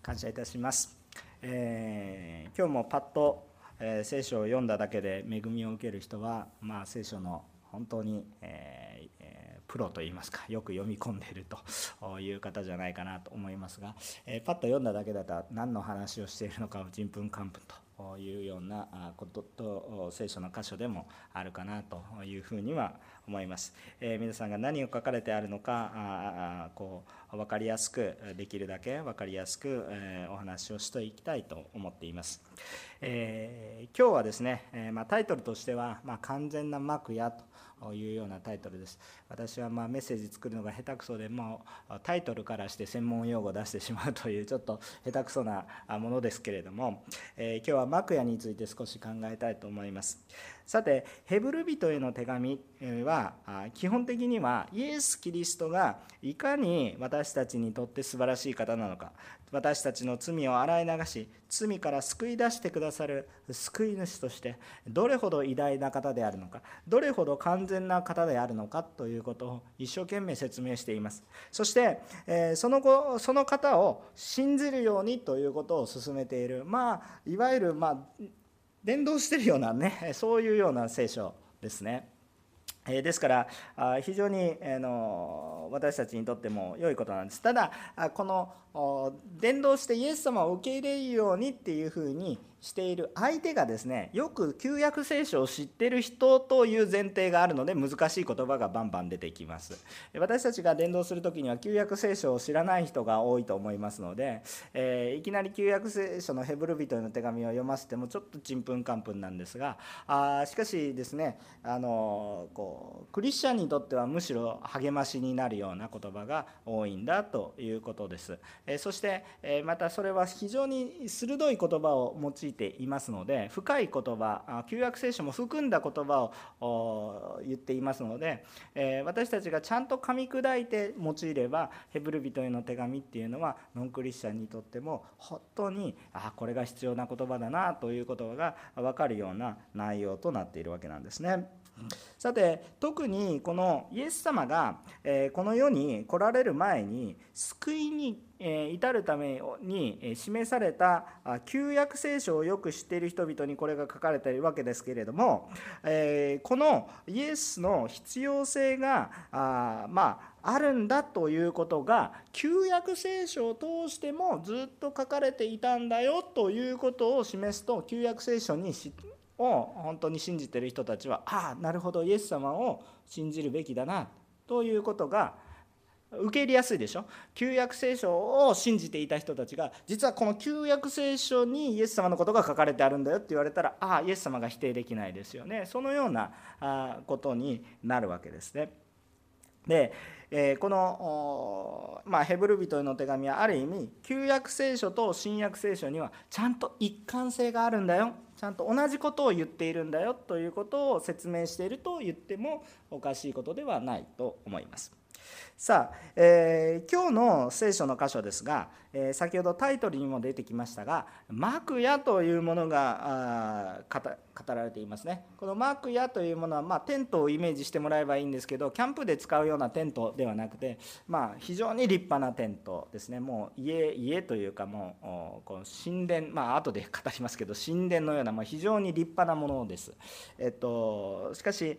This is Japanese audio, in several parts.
感謝いたします。今日もパッと、聖書を読んだだけで恵みを受ける人は、聖書の本当に、プロといいますか、よく読み込んでいるという方じゃないかなと思いますが、パッと読んだだけだと何の話をしているのかをちんぷんかんぷんというようなことと聖書の箇所でもあるかなというふうには思います。皆さんが何を書かれてあるのか分かりやすく、できるだけ分かりやすく、お話をしていきたいと思っています。今日はですね、タイトルとしては、完全な幕屋というようなタイトルです。私はメッセージ作るのが下手くそで、タイトルからして専門用語を出してしまうというちょっと下手くそなものですけれども、今日は幕屋について少し考えたいと思います。さて、ヘブル人への手紙は基本的にはイエス・キリストがいかに私たちにとって素晴らしい方なのか、私たちの罪を洗い流し、罪から救い出してくださる救い主としてどれほど偉大な方であるのか、どれほど完全な方であるのかということを一生懸命説明しています。そして、その後その方を信じるようにということを進めている、いわゆる伝道しているようなね、そういうような聖書ですね。ですから非常に私たちにとっても良いことなんです。ただこの伝道してイエス様を受け入れるようにっていうふうにしている相手がですね、よく旧約聖書を知っている人という前提があるので、難しい言葉がバンバン出てきます。私たちが伝道するときには旧約聖書を知らない人が多いと思いますので、いきなり旧約聖書のヘブル人への手紙を読ませてもちょっとちんぷんかんぷんなんですが、しかしですね、クリスチャンにとってはむしろ励ましになるような言葉が多いんだということです。そしてまたそれは非常に鋭い言葉を用いていますので、深い言葉、旧約聖書も含んだ言葉を言っていますので、私たちがちゃんと噛み砕いて用いれば、ヘブル人への手紙っていうのはノンクリスチャンにとっても本当にこれが必要な言葉だなということが分かるような内容となっているわけなんですね。さて、特にこのイエス様がこの世に来られる前に救いに至るために示された旧約聖書をよく知っている人々にこれが書かれているわけですけれども、このイエスの必要性があるんだということが旧約聖書を通してもずっと書かれていたんだよということを示すと、旧約聖書を本当に信じている人たちは、なるほど、イエス様を信じるべきだなということが受け入れやすいでしょ。旧約聖書を信じていた人たちが、実はこの旧約聖書にイエス様のことが書かれてあるんだよって言われたら、イエス様が否定できないですよね。そのようなことになるわけですね。で、この、ヘブル人への手紙はある意味旧約聖書と新約聖書にはちゃんと一貫性があるんだよ、ちゃんと同じことを言っているんだよということを説明していると言ってもおかしいことではないと思います。さあ、今日の聖書の箇所ですが、先ほどタイトルにも出てきましたが、幕屋というものが語られていますね。この幕屋というものは、テントをイメージしてもらえばいいんですけど、キャンプで使うようなテントではなくて、非常に立派なテントですね。もう家というか、もうこの神殿、後で語りますけど、神殿のような、非常に立派なものです。しかし、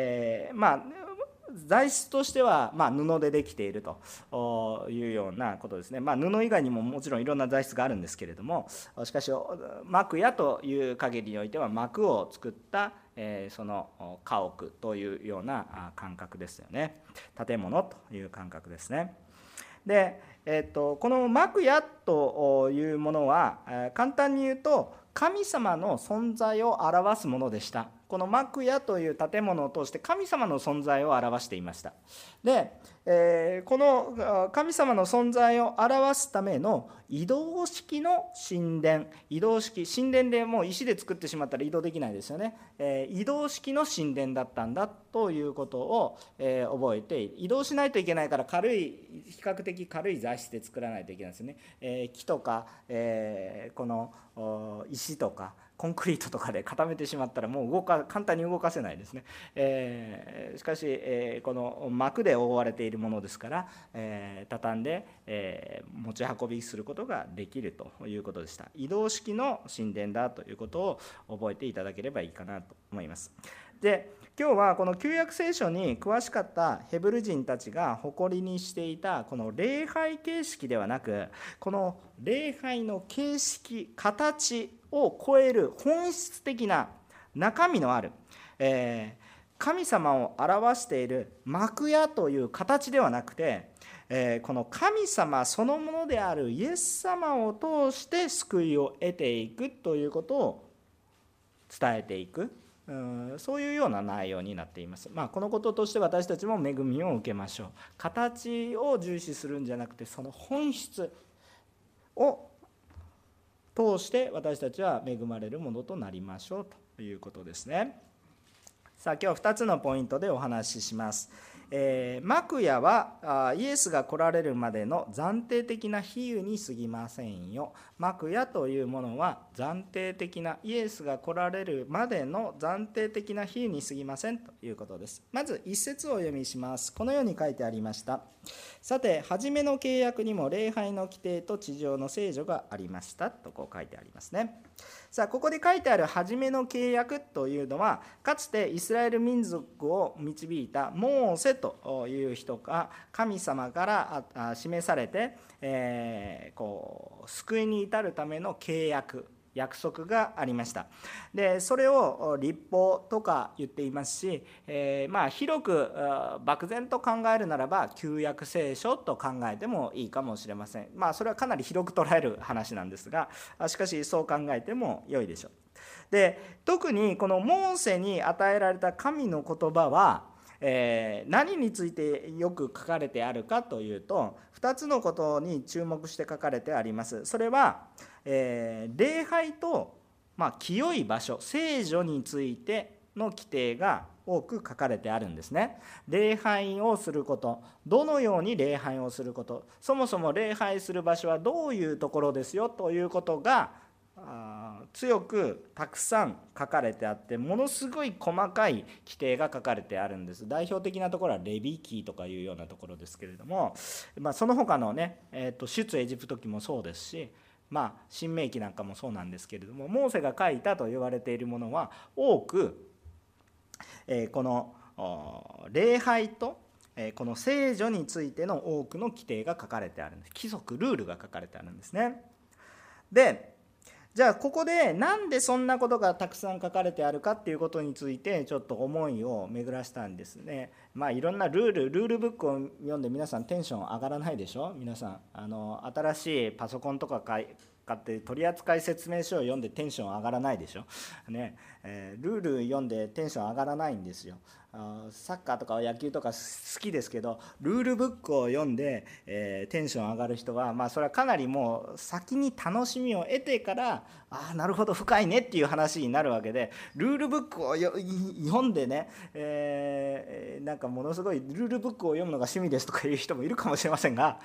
材質としては布でできているというようなことですね。布以外にももちろんいろんな材質があるんですけれども、しかし幕屋という限りにおいては幕を作ったその家屋というような感覚ですよね。建物という感覚ですね。で、この幕屋というものは簡単に言うと神様の存在を表すものでした。この幕屋という建物を通して神様の存在を表していました。で、この神様の存在を表すための移動式の神殿、神殿でもう石で作ってしまったら移動できないですよね。移動式の神殿だったんだということを覚えて、移動しないといけないから比較的軽い材質で作らないといけないですね。木とかこの石とかコンクリートとかで固めてしまったらもう簡単に動かせないですね。しかし、この膜で覆われているものですから、畳んで、持ち運びすることができるということでした。移動式の神殿だということを覚えていただければいいかなと思います。で、今日はこの旧約聖書に詳しかったヘブル人たちが誇りにしていたこの礼拝形式ではなく、この礼拝の形式、形を超える本質的な中身のある、神様を表している幕屋という形ではなくて、この神様そのものであるイエス様を通して救いを得ていくということを伝えていく、そういうような内容になっています。このこととして私たちも恵みを受けましょう。形を重視するんじゃなくて、その本質を通して私たちは恵まれるものとなりましょうということですね。さあ、今日2つのポイントでお話しします。幕屋はイエスが来られるまでの暫定的な比喩に過ぎませんよ。幕屋というものは暫定的な、イエスが来られるまでの暫定的な比喩に過ぎませんということです。まず一節をお読みします。このように書いてありました。さて、初めの契約にも礼拝の規定と地上の聖女がありましたとこう書いてありますね。さあ、ここで書いてある初めの契約というのは、かつてイスラエル民族を導いたモーセという人が神様から示されて、救いに至るための契約、約束がありました。で、それを律法とか言っていますし、広く漠然と考えるならば旧約聖書と考えてもいいかもしれません。それはかなり広く捉える話なんですが、しかしそう考えても良いでしょう。で、特にこのモーセに与えられた神の言葉は何についてよく書かれてあるかというと、2つのことに注目して書かれてあります。それは、礼拝と、清い場所、聖所についての規定が多く書かれてあるんですね。礼拝をすること、どのように礼拝をすること、そもそも礼拝する場所はどういうところですよということが強くたくさん書かれてあって、ものすごい細かい規定が書かれてあるんです。代表的なところはレビ記とかいうようなところですけれども、その他のね、出エジプト記もそうですし、新明記なんかもそうなんですけれども、モーセが書いたと言われているものは多く、この礼拝とこの聖女についての多くの規定が書かれてあるんです。規則ルールが書かれてあるんですね。で、じゃあここでなんでそんなことがたくさん書かれてあるかっていうことについてちょっと思いを巡らしたんですね。いろんなルールブックを読んで皆さんテンション上がらないでしょ。皆さん新しいパソコンとか買って取扱説明書を読んでテンション上がらないでしょ、ね。ルール読んでテンション上がらないんですよ。サッカーとか野球とか好きですけど、ルールブックを読んで、テンション上がる人は、それはかなりもう先に楽しみを得てから、なるほど深いねっていう話になるわけで、ルールブックを読んでね、なんかものすごいルールブックを読むのが趣味ですとかいう人もいるかもしれませんが、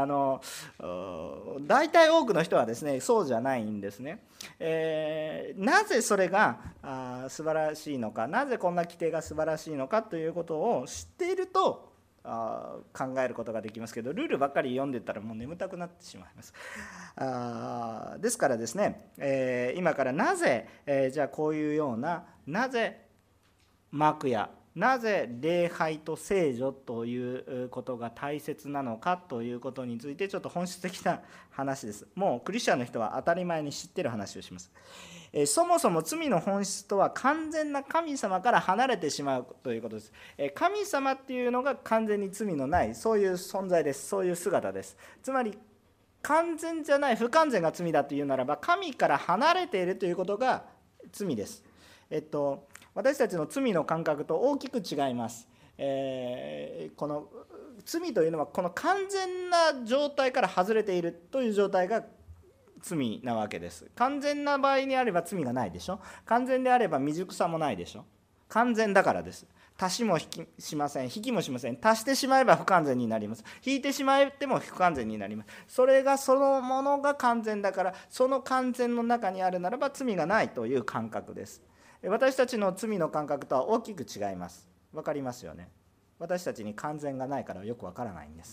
大体多くの人はですね、そうじゃないんですね。なぜそれが素晴らしいのか、なぜこんな規定が素晴らしいのかということを知っていると考えることができますけど、ルールばっかり読んでたらもう眠たくなってしまいます。ですからですね、今からなぜ、じゃあこういうような、なぜ幕やなぜ礼拝と聖女ということが大切なのかということについてちょっと本質的な話です。もうクリスチャンの人は当たり前に知っている話をします。そもそも罪の本質とは完全な神様から離れてしまうということです。神様っていうのが完全に罪のない、そういう存在です。そういう姿です。つまり完全じゃない、不完全が罪だというならば、神から離れているということが罪です。私たちの罪の感覚と大きく違います。この罪というのはこの完全な状態から外れているという状態が罪なわけです。完全な場合にあれば罪がないでしょ。完全であれば未熟さもないでしょ。 完全だからです。足しも引きしません、引きもしません。足してしまえば不完全になります。引いてしまっても不完全になります。それがそのものが完全だから、その完全の中にあるならば罪がないという感覚です。私たちの罪の感覚とは大きく違います。わかりますよね。私たちに完全がないからよくわからないんです。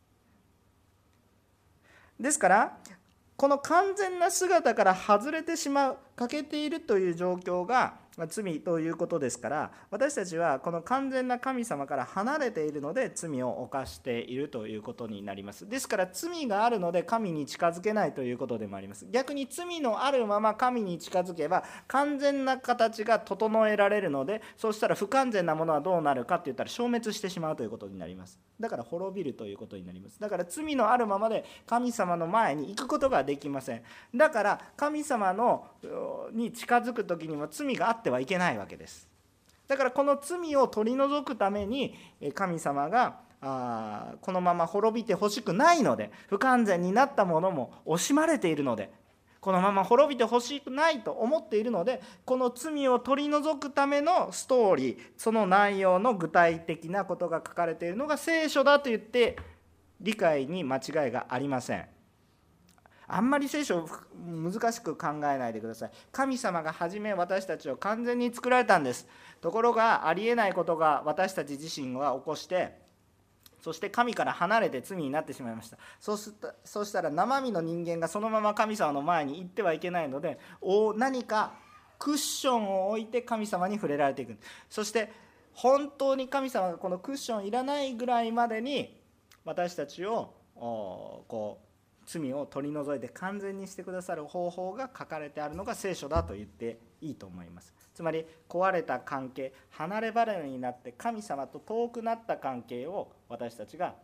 ですからこの完全な姿から外れてしまう、欠けているという状況が罪ということですから、私たちはこの完全な神様から離れているので罪を犯しているということになります。ですから罪があるので神に近づけないということでもあります。逆に罪のあるまま神に近づけば完全な形が整えられるので、そうしたら不完全なものはどうなるかって言ったら消滅してしまうということになります。だから滅びるということになります。だから罪のあるままで神様の前に行くことができません。だから神様に近づく時にも罪があってはいけないわけです。だからこの罪を取り除くために神様がこのまま滅びてほしくないので、不完全になったものも惜しまれているので、このまま滅びてほしくないと思っているので、この罪を取り除くためのストーリー、その内容の具体的なことが書かれているのが聖書だと言って理解に間違いがありません。あんまり聖書を難しく考えないでください。神様が初め私たちを完全に作られたんです。ところがありえないことが私たち自身は起こして、そして神から離れて罪になってしまいました。そうしたら生身の人間がそのまま神様の前に行ってはいけないので、何かクッションを置いて神様に触れられていく。そして本当に神様がこのクッションいらないぐらいまでに私たちを罪を取り除いて完全にしてくださる方法が書かれてあるのが聖書だと言っていいと思います。つまり壊れた関係、離れ離れになって神様と遠くなった関係を私たちが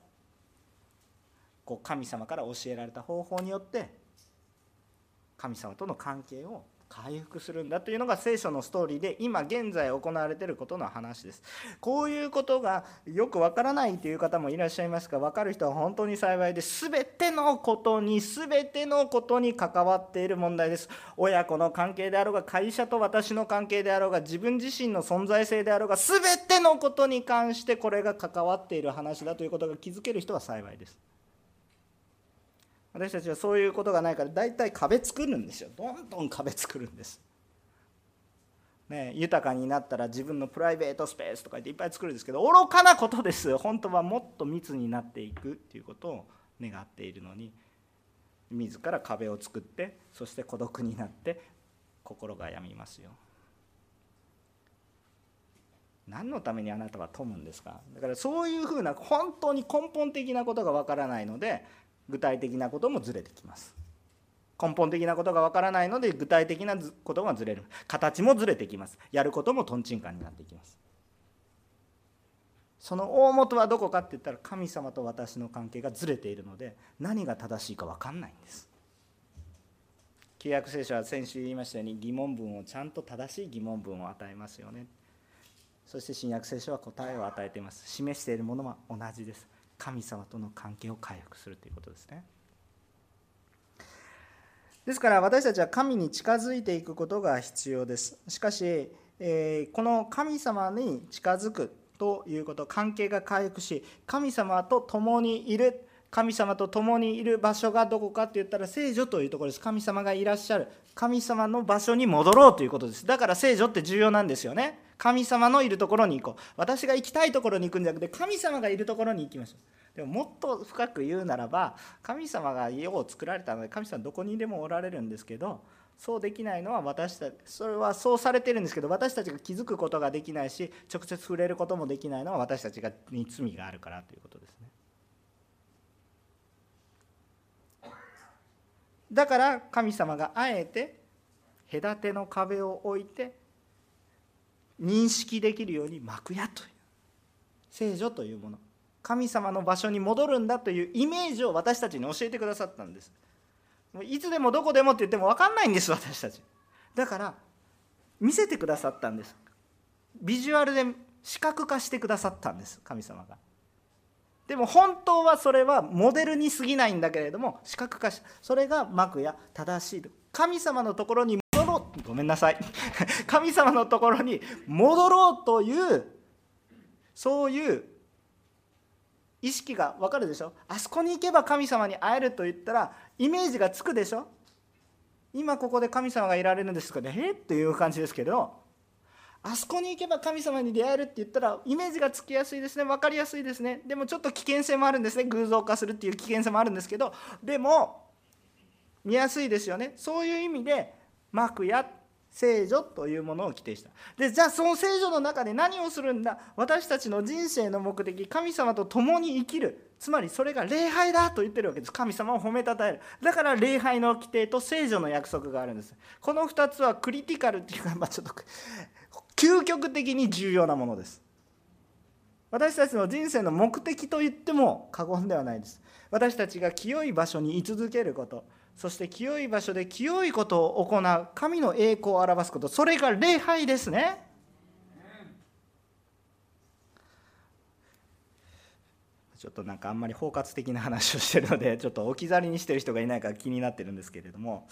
神様から教えられた方法によって神様との関係を回復するんだというのが聖書のストーリーで今現在行われていることの話です。こういうことがよくわからないという方もいらっしゃいますが、分かる人は本当に幸いで、全てのことに関わっている問題です。親子の関係であろうが、会社と私の関係であろうが、自分自身の存在性であろうが、全てのことに関してこれが関わっている話だということが気づける人は幸いです。私たちはそういうことがないから大体壁作るんですよ。どんどん壁作るんです、豊かになったら自分のプライベートスペースとか言っていっぱい作るんですけど、愚かなことです。本当はもっと密になっていくということを願っているのに、自ら壁を作って、そして孤独になって心が病みますよ。何のためにあなたは富むんですか。だからそういうふうな本当に根本的なことがわからないので、具体的なこともずれてきます。根本的なことがわからないので具体的なことがずれる。形もずれてきます。やることもとんちんかんになっていきます。その大元はどこかって言ったら、神様と私の関係がずれているので、何が正しいか分かんないんです。旧約聖書は先週言いましたように、疑問文をちゃんと正しい疑問文を与えますよね。そして新約聖書は答えを与えています。示しているものは同じです。神様との関係を回復するということですね。ですから私たちは神に近づいていくことが必要です。しかし、この神様に近づくということ、関係が回復し、神様と共にいる、神様と共にいる場所がどこかといったら聖女というところです。神様がいらっしゃる神様の場所に戻ろうということです。だから聖女って重要なんですよね。神様のいるところに行こう。私が行きたいところに行くんじゃなくて、神様がいるところに行きましょう。でももっと深く言うならば、神様が家を作られたので、神様どこにでもおられるんですけど、そうできないのは私たち、それはそうされているんですけど、私たちが気づくことができないし、直接触れることもできないのは私たちに罪があるからということですね。だから神様があえて隔ての壁を置いて認識できるように幕屋という聖女というもの、神様の場所に戻るんだというイメージを私たちに教えてくださったんです。いつでもどこでもって言っても分かんないんです、私たち。だから見せてくださったんです。ビジュアルで視覚化してくださったんです、神様が。でも本当はそれはモデルに過ぎないんだけれども、視覚化し、それが幕や正しい神様のところに戻ろうとごめんなさい神様のところに戻ろうというそういう意識が分かるでしょ。あそこに行けば神様に会えると言ったらイメージがつくでしょ。今ここで神様がいられるんですかねっていう感じですけど、あそこに行けば神様に出会えるって言ったらイメージがつきやすいですね。分かりやすいですね。でもちょっと危険性もあるんですね。偶像化するっていう危険性もあるんですけど、でも見やすいですよね。そういう意味で幕や聖女というものを規定した。で、じゃあその聖女の中で何をするんだ。私たちの人生の目的、神様と共に生きる、つまりそれが礼拝だと言ってるわけです。神様を褒めたたえる。だから礼拝の規定と聖女の約束があるんです。この2つはクリティカルっていうか、ちょっと究極的に重要なものです。私たちの人生の目的と言っても過言ではないです。私たちが清い場所に居続けること、そして清い場所で清いことを行う、神の栄光を表すこと、それが礼拝ですね。ちょっとなんかあんまり包括的な話をしているので、ちょっと置き去りにしている人がいないか気になってるんですけれども、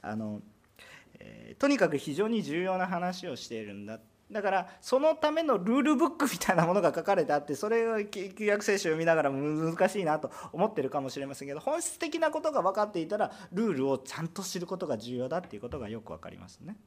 とにかく非常に重要な話をしているんだ。だからそのためのルールブックみたいなものが書かれてあって、それを旧約聖書を読みながら難しいなと思ってるかもしれませんけど、本質的なことが分かっていたらルールをちゃんと知ることが重要だっていうことがよく分かりますね。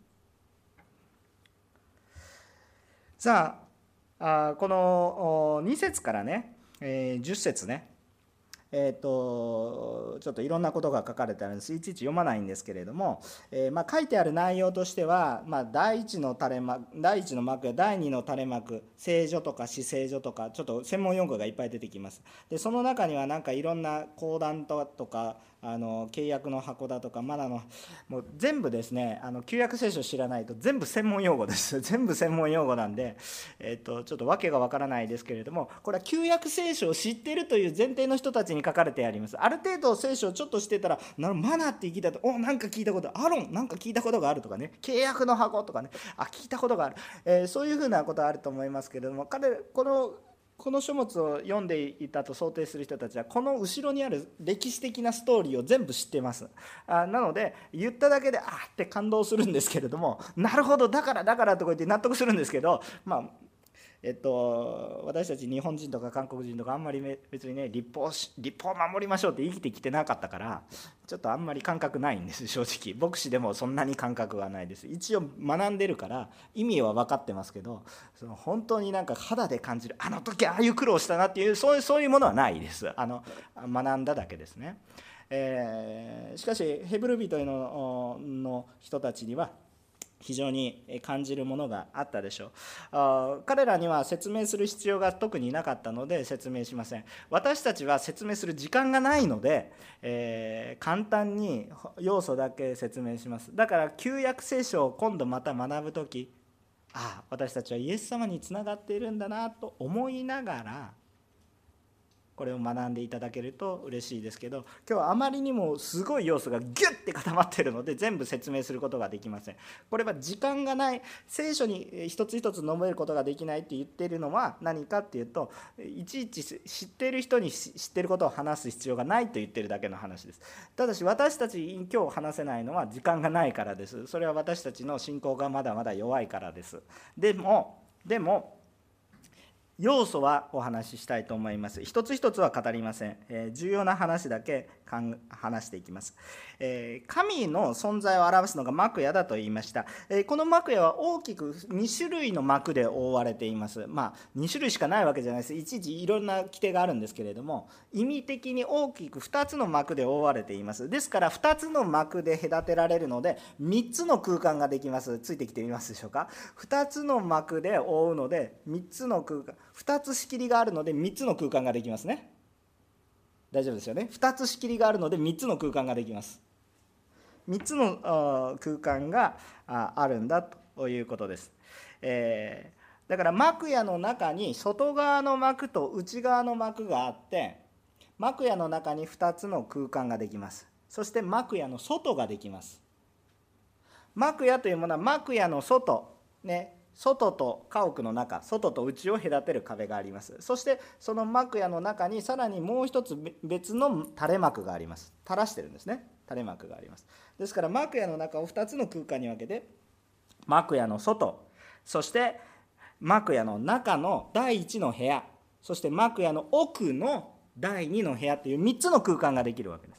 さあ、この2節からね、10節ね、ちょっといろんなことが書かれてあるんです。いちいち読まないんですけれども、書いてある内容としては、第1の幕や第2の垂れ幕、聖女とか至聖女とか、ちょっと専門用語がいっぱい出てきます。でその中にはなんかいろんな講談とか契約の箱だとかマナの、もう全部ですね、旧約聖書知らないと全部専門用語です全部専門用語なんで、ちょっと訳がわからないですけれども、これは旧約聖書を知っているという前提の人たちに書かれてあります。ある程度聖書をちょっとしてたら、マナって聞いたと、なんか聞いたこと、アロンなんか聞いたことがあるとかね、契約の箱とかね、聞いたことがある、そういうふうなことはあると思いますけれども、この書物を読んでいたと想定する人たちは、この後ろにある歴史的なストーリーを全部知っています。なので言っただけでって感動するんですけれども、なるほどだからとか言って納得するんですけど、私たち日本人とか韓国人とかあんまり別にね、立法を守りましょうって生きてきてなかったから、ちょっとあんまり感覚ないんです。正直牧師でもそんなに感覚はないです。一応学んでるから意味は分かってますけど、本当になんか肌で感じる、あの時ああいう苦労したなっていう、そういうものはないです。学んだだけですね。しかしヘブル人の人たちには非常に感じるものがあったでしょう。彼らには説明する必要が特になかったので説明しません。私たちは説明する時間がないので、簡単に要素だけ説明します。だから旧約聖書を今度また学ぶとき、私たちはイエス様につながっているんだなと思いながらこれを学んでいただけると嬉しいですけど、今日はあまりにもすごい要素がギュッて固まっているので全部説明することができません。これは時間がない、聖書に一つ一つ述べることができないって言っているのは何かっていうと、いちいち知っている人に知っていることを話す必要がないと言ってるだけの話です。ただし私たち今日話せないのは時間がないからです。それは私たちの信仰がまだまだ弱いからです。でも要素はお話ししたいと思います。一つ一つは語りません。重要な話だけ話していきます。神の存在を表すのが幕屋だと言いました。この幕屋は大きく2種類の幕で覆われています。2種類しかないわけじゃないです。いちいちいろんな規定があるんですけれども、意味的に大きく2つの幕で覆われています。ですから2つの幕で隔てられるので3つの空間ができます。ついてきてみますでしょうか。2つの幕で覆うので3つの空間、2つ仕切りがあるので3つの空間ができますね。大丈夫ですよね。2つ仕切りがあるので3つの空間ができます。3つの空間があるんだということです。だから幕屋の中に外側の幕と内側の幕があって、幕屋の中に2つの空間ができます。そして幕屋の外ができます。幕屋というものは幕屋の外ね、外と家屋の中、外と内を隔てる壁があります。そしてその幕屋の中にさらにもう一つ別の垂れ幕があります。垂らしてるんですね。垂れ幕があります。ですから幕屋の中を2つの空間に分けて、 幕屋の外、そして幕屋の中の第1の部屋、そして幕屋の奥の第2の部屋という3つの空間ができるわけです。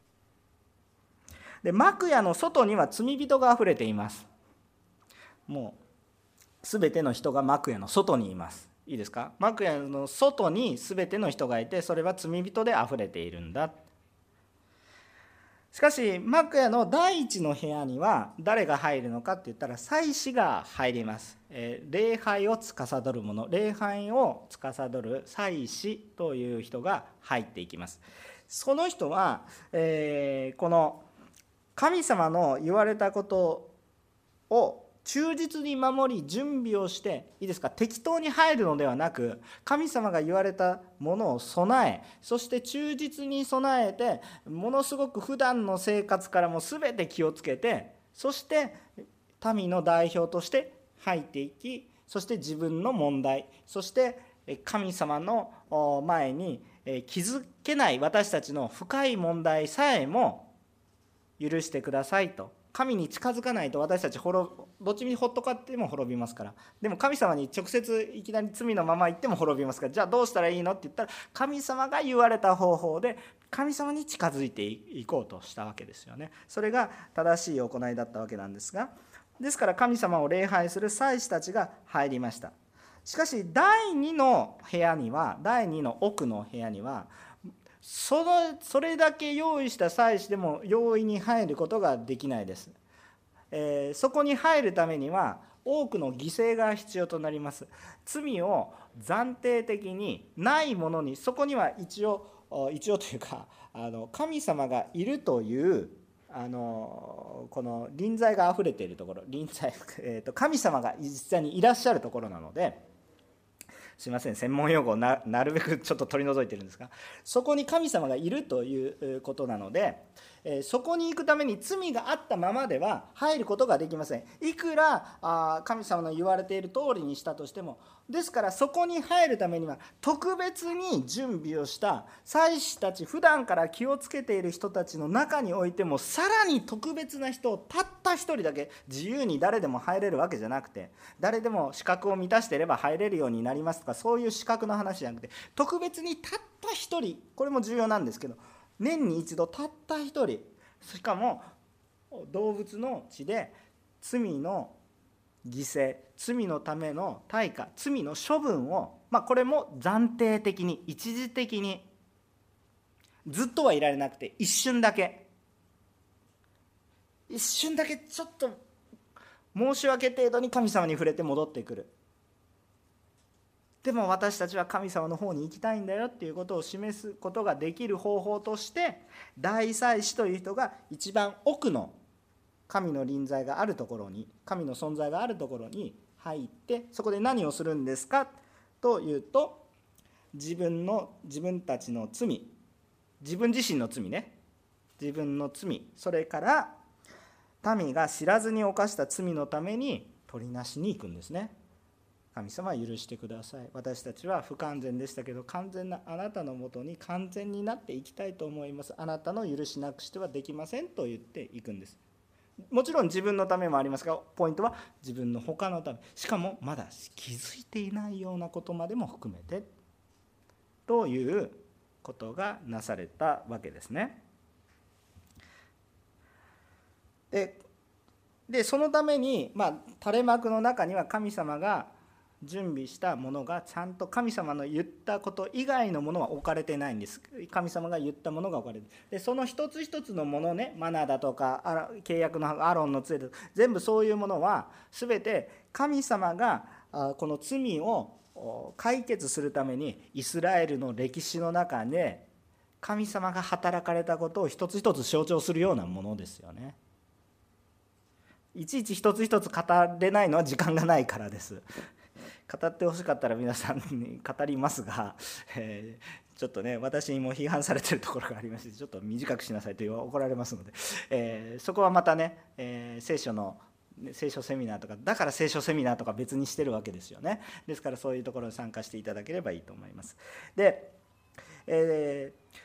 で、幕屋の外には罪人があふれています。もうすべての人が幕屋の外にいます。いいですか？幕屋の外にすべての人がいて、それは罪人であふれているんだ。しかし幕屋の第一の部屋には誰が入るのかって言ったら、祭司が入ります。礼拝を司る者、礼拝を司る祭司という人が入っていきます。その人は、この神様の言われたことを忠実に守り準備をして、いいですか、適当に入るのではなく、神様が言われたものを備え、そして忠実に備えて、ものすごく普段の生活からも全て気をつけて、そして民の代表として入っていき、そして自分の問題、そして神様の前に気づけない私たちの深い問題さえも許してくださいと。神に近づかないと私たちどっちにほっとかっても滅びますから。でも神様に直接いきなり罪のまま言っても滅びますから、じゃあどうしたらいいのって言ったら、神様が言われた方法で神様に近づいていこうとしたわけですよね。それが正しい行いだったわけなんですが、ですから神様を礼拝する祭司たちが入りました。しかし第2の部屋には、第2の奥の部屋には、それだけ用意した祭司でも容易に入ることができないです。そこに入るためには多くの犠牲が必要となります。罪を暫定的にないものに、そこには一応というか、神様がいるというこの臨在があふれているところ、神様が実際にいらっしゃるところなので、すいません、専門用語を なるべくちょっと取り除いてるんですが、そこに神様がいるということなので、そこに行くために罪があったままでは入ることができません。いくら神様の言われている通りにしたとしても。ですからそこに入るためには特別に準備をした祭司たち、普段から気をつけている人たちの中においても、さらに特別な人をたった一人だけ、自由に誰でも入れるわけじゃなくて、誰でも資格を満たしていれば入れるようになりますとか、そういう資格の話じゃなくて、特別にたった一人、これも重要なんですけど、年に一度たった一人、しかも動物の血で罪の犠牲、罪のための対価、罪の処分を、これも暫定的に、一時的に、ずっとはいられなくて、一瞬だけちょっと申し訳程度に神様に触れて戻ってくる。でも私たちは神様の方に行きたいんだよっていうことを示すことができる方法として、大祭司という人が一番奥の神の臨在があるところに、神の存在があるところに入って、そこで何をするんですかというと、自分たちの罪、自分自身の罪ね、自分の罪、それから民が知らずに犯した罪のために取りなしに行くんですね。神様は許してください。私たちは不完全でしたけど、完全なあなたのもとに完全になっていきたいと思います。あなたの許しなくしてはできませんと言っていくんです。もちろん自分のためもありますが、ポイントは自分の他のため、しかもまだ気づいていないようなことまでも含めてということがなされたわけですね。でそのために、垂れ幕の中には神様が準備したものがちゃんと神様の言ったこと以外のものは置かれてないんです。神様が言ったものが置かれている。でその一つ一つのものね、マナだとか契約のアロンの杖とか、全部そういうものは全て神様がこの罪を解決するためにイスラエルの歴史の中で神様が働かれたことを一つ一つ象徴するようなものですよね。いちいち一つ一つ語れないのは時間がないからです。語ってほしかったら皆さんに語りますが、ちょっとね、私にも批判されているところがありまして、ちょっと短くしなさいと怒られますので、そこはまたね、聖書セミナーとか、だから聖書セミナーとか別にしてるわけですよね。ですからそういうところに参加していただければいいと思います。で、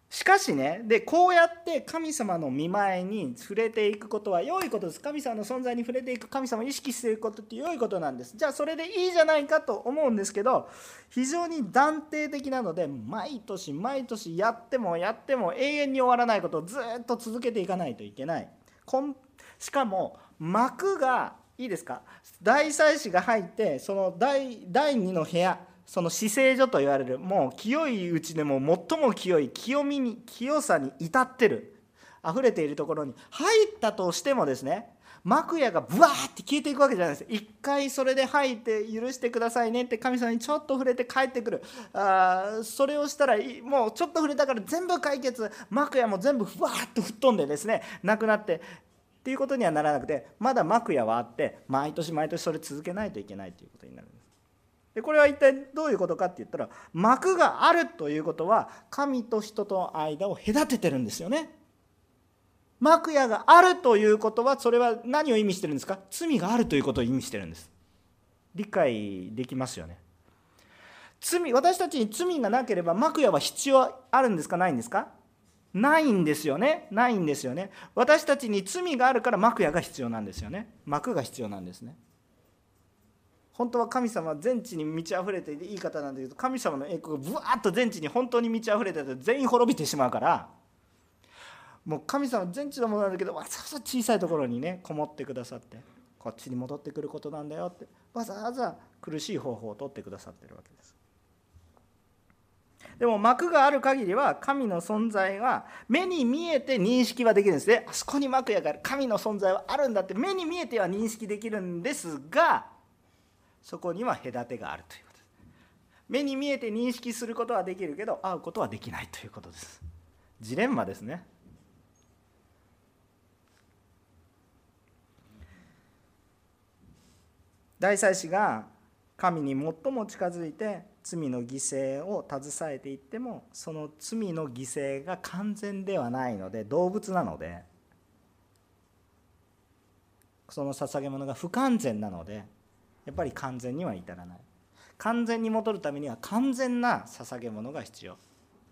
しかしね、でこうやって神様の御前に触れていくことは良いことです。神様の存在に触れていく、神様を意識していくことって良いことなんです。じゃあそれでいいじゃないかと思うんですけど、非常に断定的なので、毎年毎年やってもやっても永遠に終わらないことをずっと続けていかないといけない。しかも幕がいいですか、大祭司が入って、その第2の部屋、その至聖所と言われる、もう清いうちでも最も清い清さに至ってる、溢れているところに入ったとしてもですね、幕屋がブワーって消えていくわけじゃないです。一回それで入って許してくださいねって神様にちょっと触れて帰ってくる。それをしたらもうちょっと触れたから全部解決、幕屋も全部ふわーっと吹っ飛んでですね、なくなってっていうことにはならなくて、まだ幕屋はあって、毎年毎年それ続けないといけないということになるんです。でこれは一体どういうことかって言ったら、幕があるということは神と人との間を隔ててるんですよね。幕屋があるということは、それは何を意味してるんですか？罪があるということを意味してるんです。理解できますよね。私たちに罪がなければ幕屋は必要あるんですか？ないんですか？ないんですよね。ないんですよね。私たちに罪があるから幕屋が必要なんですよね。幕が必要なんですね。本当は神様は全地に満ち溢れていていい方なんだけど、神様の栄光がブワーッと全地に本当に満ち溢れてて全員滅びてしまうから、もう神様は全地のものなんだけど、わざわざ小さいところにねこもってくださって、こっちに戻ってくることなんだよってわざわざ苦しい方法を取ってくださってるわけです。でも幕がある限りは神の存在は目に見えて認識はできるんですね。あそこに幕やから神の存在はあるんだって目に見えては認識できるんですが、そこには隔てがあるということです。目に見えて認識することはできるけど会うことはできないということです。ジレンマですね。大祭司が神に最も近づいて罪の犠牲を携えていっても、その罪の犠牲が完全ではないので、動物なので、その捧げ物が不完全なので、やっぱり完全には至らない。完全に戻るためには完全な捧げ物が必要。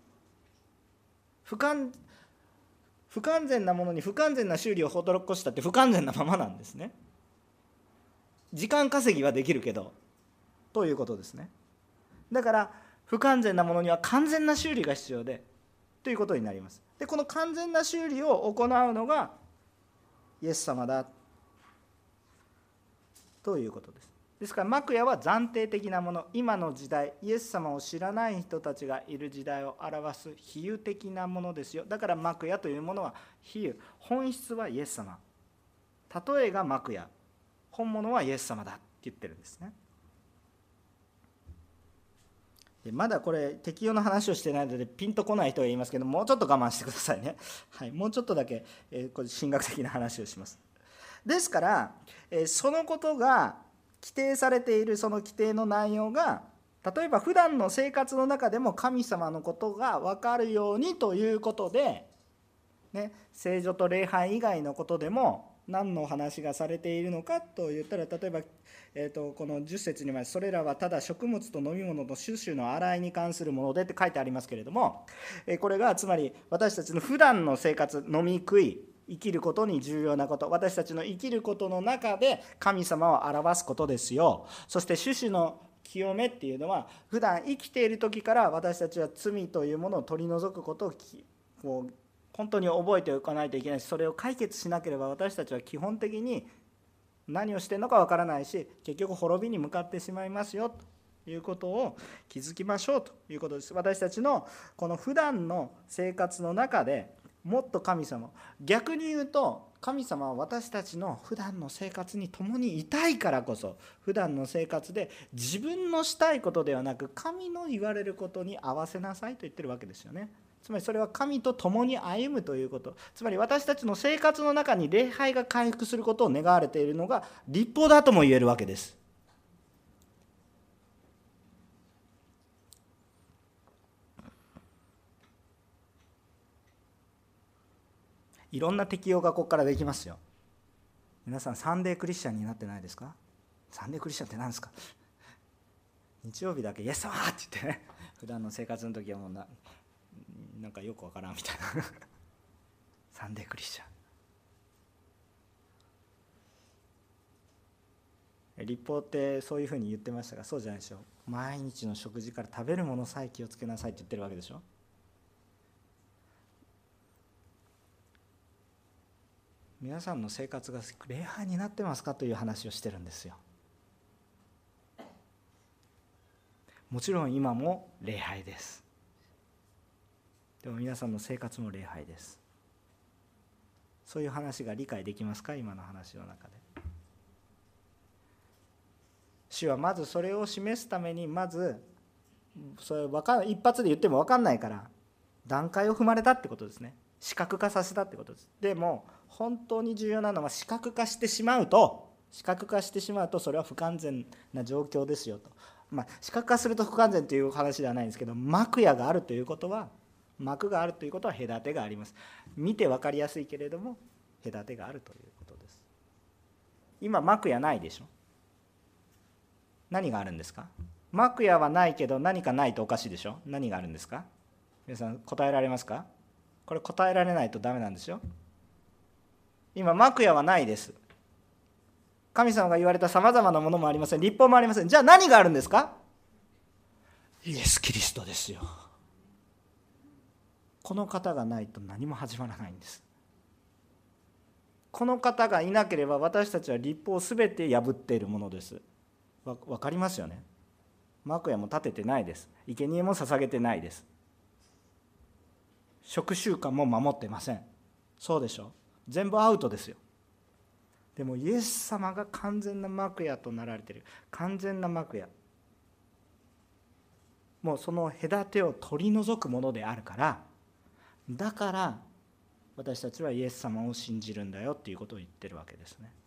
不完全なものに不完全な修理を施したって不完全なままなんですね。時間稼ぎはできるけどということですね。だから不完全なものには完全な修理が必要でということになります。でこの完全な修理を行うのがイエス様だということです。ですから幕屋は暫定的なもの、今の時代イエス様を知らない人たちがいる時代を表す比喩的なものですよ。だから幕屋というものは比喩、本質はイエス様、例えが幕屋、本物はイエス様だって言ってるんですね。でまだこれ適用の話をしてないのでピンとこない人が言いますけど、もうちょっと我慢してくださいね。はい、もうちょっとだけ、これ神学的な話をします。ですから、そのことが規定されているその規定の内容が、例えば普段の生活の中でも神様のことが分かるようにということで、ね、聖女と礼拝以外のことでも何の話がされているのかといったら、例えば、この10節にもそれらはただ食物と飲み物と種々の洗いに関するものでって書いてありますけれども、これがつまり私たちの普段の生活、飲み食い生きることに重要なこと、私たちの生きることの中で神様を表すことですよ。そして種々の清めっていうのは、普段生きている時から私たちは罪というものを取り除くことをこう本当に覚えておかないといけないし、それを解決しなければ私たちは基本的に何をしているのかわからないし、結局滅びに向かってしまいますよということを気づきましょうということです。私たちのこの普段の生活の中でもっと神様、逆に言うと神様は私たちの普段の生活に共にいたいからこそ、普段の生活で自分のしたいことではなく神の言われることに合わせなさいと言ってるわけですよね。つまりそれは神と共に歩むということ、つまり私たちの生活の中に礼拝が回復することを願われているのが律法だとも言えるわけです。いろんな適用がここからできますよ。皆さんサンデークリスチャンになってないですか？サンデークリスチャンって何ですか？日曜日だけイエス様って言ってね、普段の生活の時はもうなんかよくわからんみたいなサンデークリスチャン。律法ってそういうふうに言ってましたが、そうじゃないでしょ。毎日の食事から食べるものさえ気をつけなさいって言ってるわけでしょ。皆さんの生活が礼拝になってますかという話をしてるんですよ。もちろん今も礼拝です。でも皆さんの生活も礼拝です。そういう話が理解できますか、今の話の中で。主はまずそれを示すために、まずそれ一発で言っても分かんないから段階を踏まれたってことですね。視覚化させたってことです。でも本当に重要なのは視覚化してしまうとそれは不完全な状況ですよと。視覚化すると不完全という話ではないんですけど、幕屋があるということは、幕があるということは隔てがあります。見て分かりやすいけれども隔てがあるということです。今幕屋ないでしょ。何があるんですか。幕屋はないけど何かないとおかしいでしょ。何があるんですか。皆さん答えられますか。これ答えられないとダメなんですよ。今幕屋はないです。神様が言われたさまざまなものもありません。律法もありません。じゃあ何があるんですか。イエス・キリストですよ。この方がないと何も始まらないんです。この方がいなければ私たちは律法をすべて破っているものです。わかりますよね。幕屋も建ててないです。生贄も捧げてないです。食習慣も守ってません。そうでしょ。全部アウトですよ。でもイエス様が完全な幕屋となられている。完全な幕屋。もうその隔てを取り除くものであるから、だから私たちはイエス様を信じるんだよっていうことを言ってるわけですね。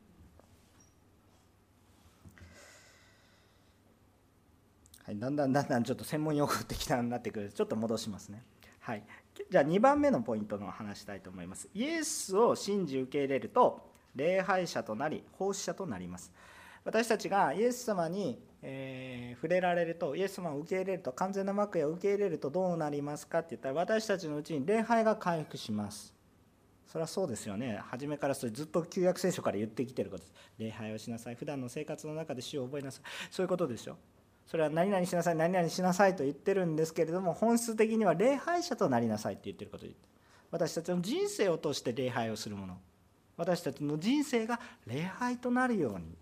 はい、だんだんちょっと専門用語的になってくる。ちょっと戻しますね。はい、じゃあ2番目のポイントの話したいと思います。イエスを信じ受け入れると礼拝者となり奉仕者となります。私たちがイエス様に、触れられると、イエス様を受け入れると、完全な幕屋を受け入れるとどうなりますかって言ったら、私たちのうちに礼拝が回復します。それはそうですよね。初めからそれずっと旧約聖書から言ってきてることです。礼拝をしなさい。普段の生活の中で主を覚えなさい。そういうことでしょ。それは何々しなさい、何々しなさいと言ってるんですけれども、本質的には礼拝者となりなさいって言ってることで、私たちの人生を通して礼拝をするもの、私たちの人生が礼拝となるように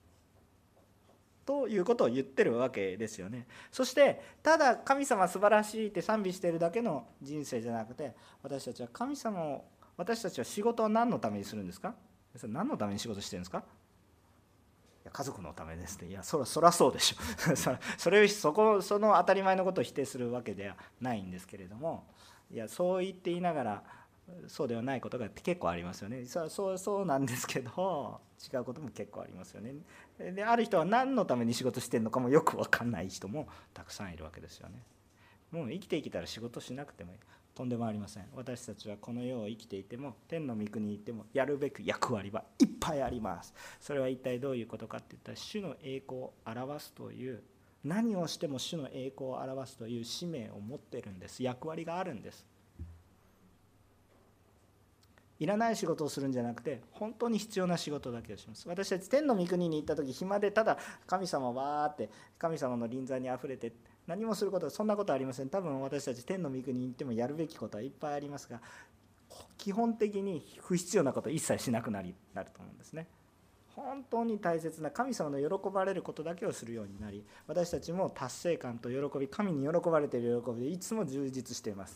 ということを言ってるわけですよね。そしてただ神様素晴らしいって賛美しているだけの人生じゃなくて、私たちは仕事を何のためにするんですか。何のために仕事してるんですか。いや家族のためですって。いやそりゃそうでしょその当たり前のことを否定するわけではないんですけれども、いやそう言っていながらそうではないことが結構ありますよね。そうなんですけど、違うことも結構ありますよね。である人は何のために仕事してるのかもよく分かんない人もたくさんいるわけですよね。もう生きていけたら仕事しなくてもいい、とんでもありません。私たちはこの世を生きていても、天の御国に行ってもやるべく役割はいっぱいあります。それは一体どういうことかっていったら、主の栄光を表すという、何をしても主の栄光を表すという使命を持っているんです。役割があるんです。いらない仕事をするんじゃなくて、本当に必要な仕事だけをします。私たち天の御国に行った時、暇でただ神様をわーって神様の臨在にあふれて何もすることはそんなことはありません。多分私たち天の御国に行ってもやるべきことはいっぱいありますが、基本的に不必要なことは一切しなくなると思うんですね。本当に大切な神様の喜ばれることだけをするようになり、私たちも達成感と喜び、神に喜ばれている喜びでいつも充実しています。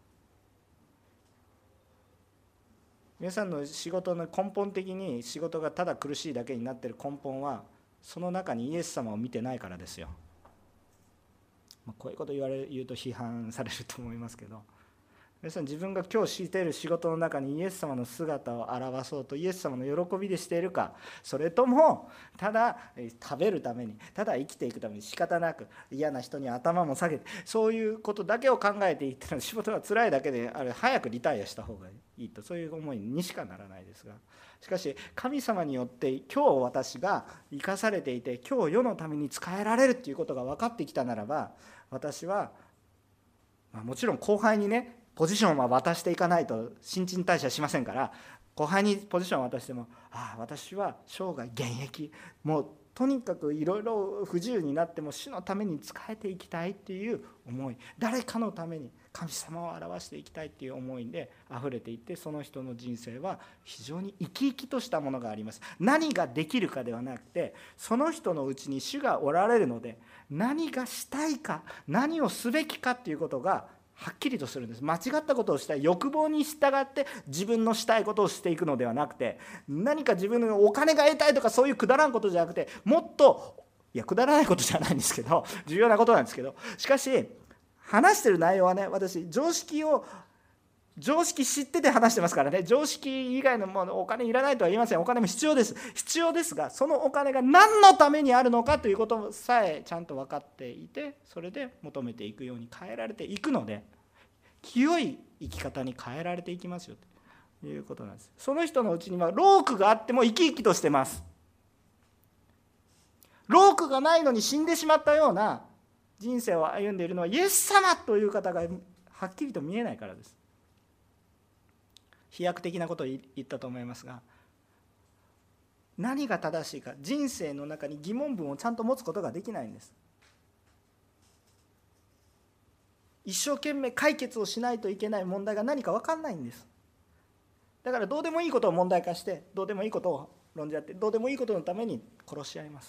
皆さんの仕事の根本的に仕事がただ苦しいだけになっている根本は、その中にイエス様を見てないからですよ。こういうこと言うと批判されると思いますけど、皆さん自分が今日している仕事の中にイエス様の姿を表そうとイエス様の喜びでしているか、それともただ食べるために、ただ生きていくために仕方なく嫌な人に頭も下げて、そういうことだけを考えていって仕事が辛いだけで早くリタイアした方がいいと、そういう思いにしかならないですが、しかし神様によって今日私が生かされていて、今日世のために使えられるということが分かってきたならば、私はもちろん後輩にねポジションは渡していかないと新陳代謝しませんから、後輩にポジションを渡しても、私は生涯現役、もうとにかくいろいろ不自由になっても主のために仕えていきたいっていう思い、誰かのために神様を表していきたいっていう思いであふれていって、その人の人生は非常に生き生きとしたものがあります。何ができるかではなくて、その人のうちに主がおられるので、何がしたいか、何をすべきかっていうことがはっきりとするんです。間違ったことをしたい欲望に従って自分のしたいことをしていくのではなくて、何か自分のお金が得たいとかそういうくだらんことじゃなくて、もっとくだらないことじゃないんですけど、重要なことなんですけど、しかし話してる内容はね、私常識知ってて話してますからね。常識以外のもの、お金いらないとは言いません。お金も必要ですが、そのお金が何のためにあるのかということさえちゃんと分かっていて、それで求めていくように変えられていくので、清い生き方に変えられていきますよということなんです。その人のうちには労苦があっても生き生きとしてます。労苦がないのに死んでしまったような人生を歩んでいるのはイエス様という方がはっきりと見えないからです。飛躍的なことを言ったと思いますが、何が正しいか、人生の中に疑問文をちゃんと持つことができないんです。一生懸命解決をしないといけない問題が何か分かんないんです。だからどうでもいいことを問題化して、どうでもいいことを論じ合って、どうでもいいことのために殺し合います。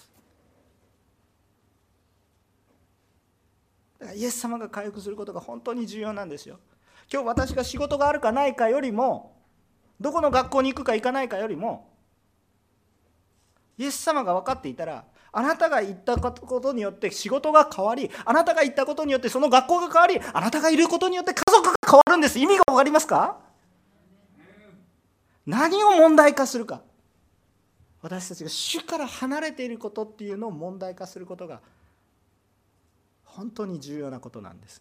だからイエス様が回復することが本当に重要なんですよ。今日私が仕事があるかないかよりも、どこの学校に行くか行かないかよりも、イエス様が分かっていたら、あなたが行ったことによって仕事が変わり、あなたが行ったことによってその学校が変わり、あなたがいることによって家族が変わるんです。意味が分かりますか？何を問題化するか、私たちが主から離れていることっていうのを問題化することが本当に重要なことなんです。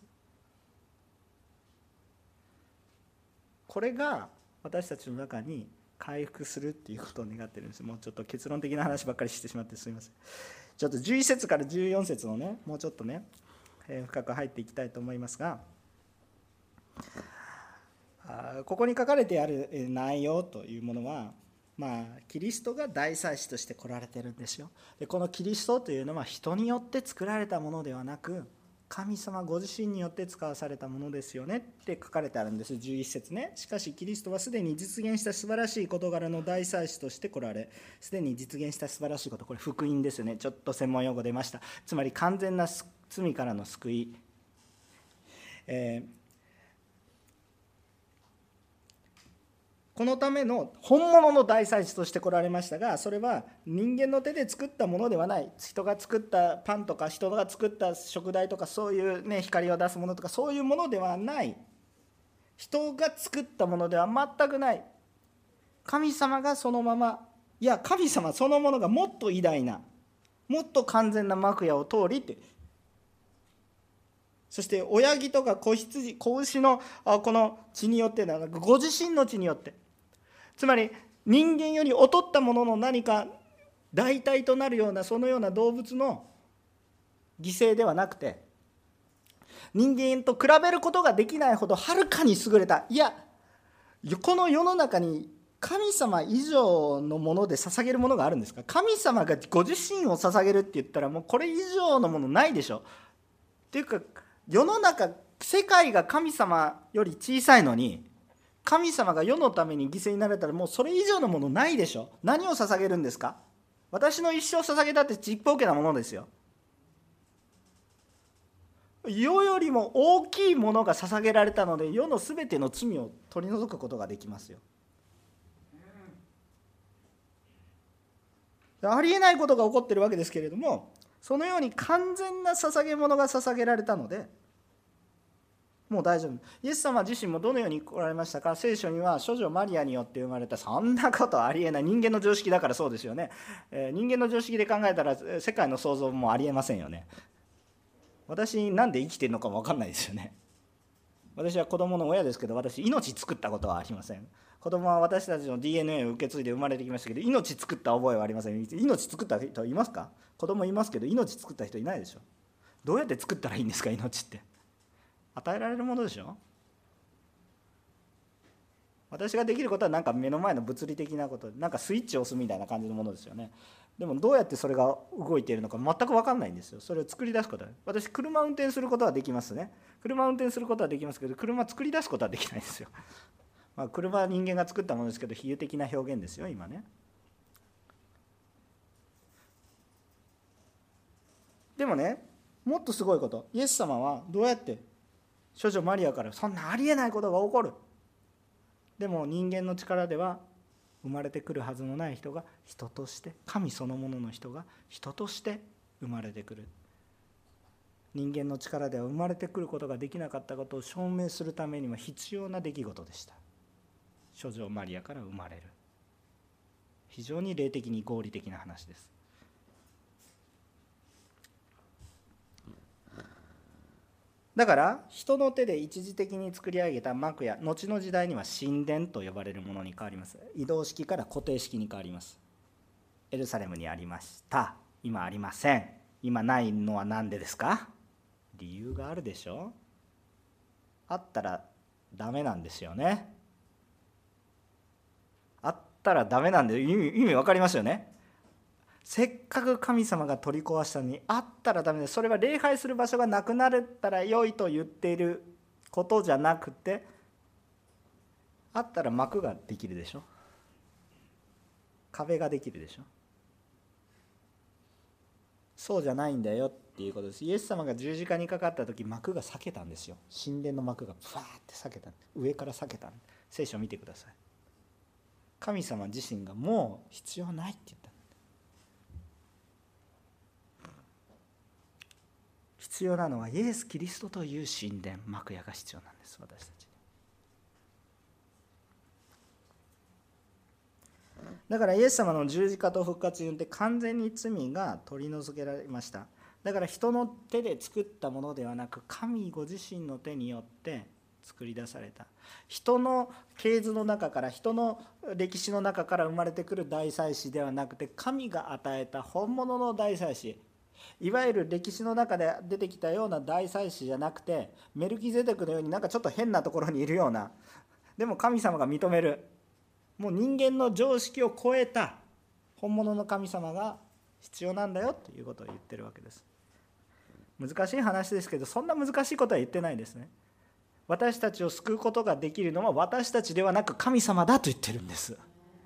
これが私たちの中に回復するっていうことを願ってるんです。もうちょっと結論的な話ばっかりしてしまってすみません。ちょっと11節から14節のね、もうちょっとね、深く入っていきたいと思いますが、ここに書かれてある内容というものは、キリストが大祭司として来られてるんですよ。でこのキリストというのは人によって作られたものではなく、神様ご自身によって使わされたものですよねって書かれてあるんです。11節ね。しかしキリストはすでに実現した素晴らしい事柄の大祭司として来られ、すでに実現した素晴らしいこと、これ福音ですよね。ちょっと専門用語出ました。つまり完全な罪からの救い、このための本物の大祭司として来られましたが、それは人間の手で作ったものではない。人が作ったパンとか人が作った食材とか、そういうね、光を出すものとかそういうものではない。人が作ったものでは全くない。神様がそのまま、いや神様そのものがもっと偉大な、もっと完全な幕屋を通りって、そして親木とか子羊、子牛のこの血によってではなく、ご自身の血によって、つまり人間より劣ったものの何か代替となるような、そのような動物の犠牲ではなくて、人間と比べることができないほどはるかに優れた、いやこの世の中に神様以上のもので捧げるものがあるんですか？神様がご自身を捧げるって言ったら、もうこれ以上のものないでしょ。っていうか、世の中、世界が神様より小さいのに、神様が世のために犠牲になられたら、もうそれ以上のものないでしょ。何を捧げるんですか？私の一生捧げたってちっぽけなものですよ。世よりも大きいものが捧げられたので、世のすべての罪を取り除くことができますよ。ありえないことが起こっているわけですけれども、そのように完全な捧げ物が捧げられたので、もう大丈夫。イエス様自身もどのように来られましたか？聖書には処女マリアによって生まれた、そんなことありえない。人間の常識だからそうですよね。人間の常識で考えたら世界の創造もありえませんよね。私なんで生きてるのかも分かんないですよね。私は子供の親ですけど、私命作ったことはありません。子供は私たちの DNA を受け継いで生まれてきましたけど、命作った覚えはありません。命作った人いますか？子供いますけど命作った人いないでしょ。どうやって作ったらいいんですか？命って与えられるものでしょ。私ができることはなんか目の前の物理的なこと、なんかスイッチを押すみたいな感じのものですよね。でもどうやってそれが動いているのか全く分かんないんですよ。それを作り出すことは。私車運転することはできますね。車運転することはできますけど、車作り出すことはできないんですよ。車は人間が作ったものですけど、比喩的な表現ですよ今ね。でもね、もっとすごいこと、イエス様はどうやって少女マリアからそんなありえないことが起こる、でも人間の力では生まれてくるはずのない人が人として、神そのものの人が人として生まれてくる。人間の力では生まれてくることができなかったことを証明するためには必要な出来事でした。少女マリアから生まれる。非常に霊的に合理的な話です。だから人の手で一時的に作り上げた幕や、後の時代には神殿と呼ばれるものに変わります。移動式から固定式に変わります。エルサレムにありました。今ありません。今ないのは何でですか？理由があるでしょ。あったらダメなんですよね。あったらダメなんで、意味わかりますよね。せっかく神様が取り壊したのにあったらダメです。それは礼拝する場所がなくなったら良いと言っていることじゃなくて、あったら幕ができるでしょ。壁ができるでしょ。そうじゃないんだよっていうことです。イエス様が十字架にかかった時、幕が裂けたんですよ。神殿の幕がふわーって裂けた、上から裂けた。聖書を見てください。神様自身がもう必要ないって言った。必要なのはイエス・キリストという神殿、幕屋が必要なんです。私たちに。だからイエス様の十字架と復活によって完全に罪が取り除けられました。だから人の手で作ったものではなく、神ご自身の手によって作り出された。人の系図の中から、人の歴史の中から生まれてくる大祭司ではなくて、神が与えた本物の大祭司、いわゆる歴史の中で出てきたような大祭司じゃなくて、メルキゼデクのようになんかちょっと変なところにいるような、でも神様が認める、もう人間の常識を超えた本物の神様が必要なんだよということを言ってるわけです。難しい話ですけど、そんな難しいことは言ってないですね。私たちを救うことができるのは私たちではなく神様だと言ってるんです。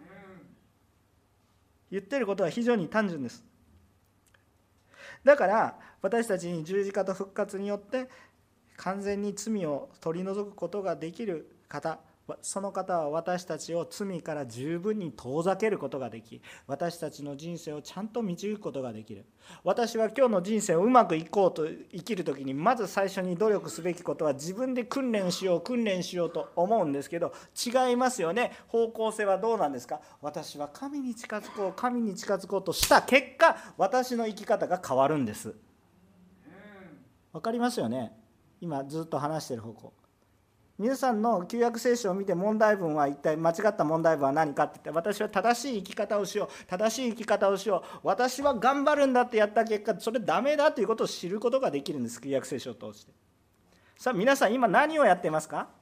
言ってることは非常に単純です。だから私たちに十字架と復活によって完全に罪を取り除くことができる方、その方は私たちを罪から十分に遠ざけることができ、私たちの人生をちゃんと導くことができる。私は今日の人生をうまくいこうと生きるときに、まず最初に努力すべきことは自分で訓練しようと思うんですけど、違いますよね。方向性はどうなんですか？私は神に近づこうとした結果、私の生き方が変わるんです。わかりますよね。今ずっと話している方向。皆さんの旧約聖書を見て、問題文は一体間違った問題文は何かって言って、私は正しい生き方をしよう、私は頑張るんだってやった結果、それダメだということを知ることができるんです。旧約聖書を通して。さあ皆さん今何をやっていますか？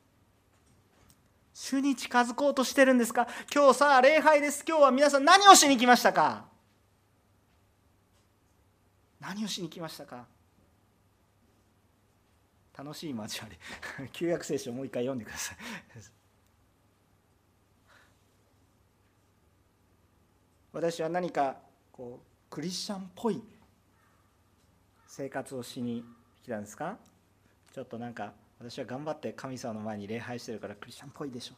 主に近づこうとしてるんですか？今日さあ礼拝です。今日は皆さん何をしに来ましたか？何をしに来ましたか？楽しい交わり旧約聖書をもう一回読んでください私は何かクリスチャンっぽい生活をしに来たんですか？ちょっとなんか私は頑張って神様の前に礼拝してるからクリスチャンっぽいでしょ。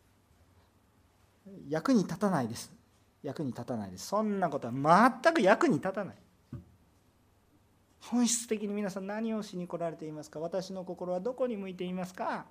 役に立たないです。そんなことは全く役に立たない。本質的に皆さん何をしに来られていますか？私の心はどこに向いていますか？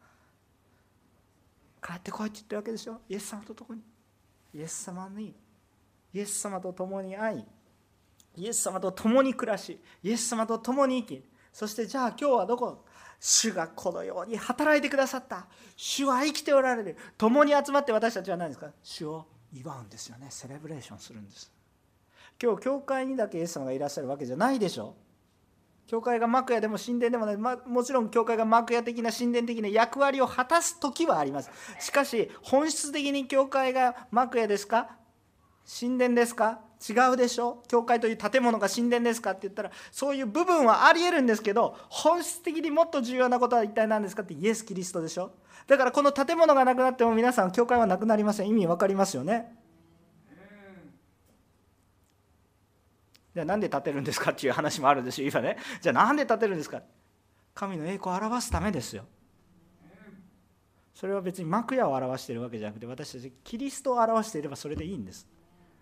帰ってこいって言ってるわけでしょ。イエス様と共に、イエス様と共に会い、イエス様と共に暮らし、イエス様と共に生き、そしてじゃあ今日はどこ？主がこのように働いてくださった。主は生きておられる。共に集まって私たちは何ですか？主を祝うんですよね。セレブレーションするんです。今日教会にだけイエス様がいらっしゃるわけじゃないでしょ。 教会が幕屋でも神殿でもない、もちろん教会が幕屋的な神殿的な役割を果たす時はあります。しかし本質的に教会が幕屋ですか、神殿ですか、違うでしょ。教会という建物が神殿ですかって言ったら、そういう部分はありえるんですけど、本質的にもっと重要なことは一体何ですかって、イエス・キリストでしょ。だからこの建物がなくなっても皆さん教会はなくなりません。意味わかりますよね。じゃあなんで建てるんですかっていう話もあるんですよ今ね。じゃあなんで建てるんですか。神の栄光を表すためですよ。それは別に幕屋を表しているわけじゃなくて、私たちキリストを表していればそれでいいんです。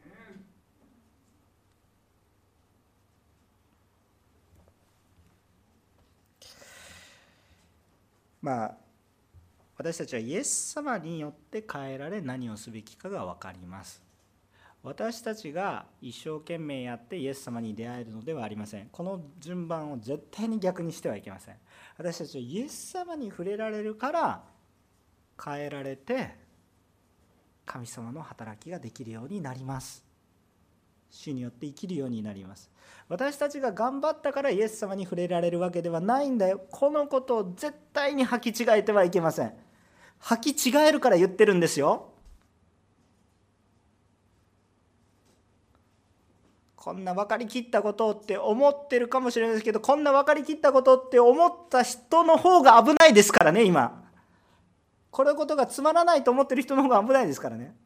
私たちはイエス様によって変えられ、何をすべきかが分かります。私たちが一生懸命やってイエス様に出会えるのではありません。この順番を絶対に逆にしてはいけません。私たちはイエス様に触れられるから変えられて、神様の働きができるようになります。主によって生きるようになります。私たちが頑張ったからイエス様に触れられるわけではないんだよ。このことを絶対に履き違えてはいけません。履き違えるから言ってるんですよ。こんな分かりきったことって思ってるかもしれないですけど、こんな分かりきったことって思った人の方が危ないですからね。今このことがつまらないと思ってる人の方が危ないですからね。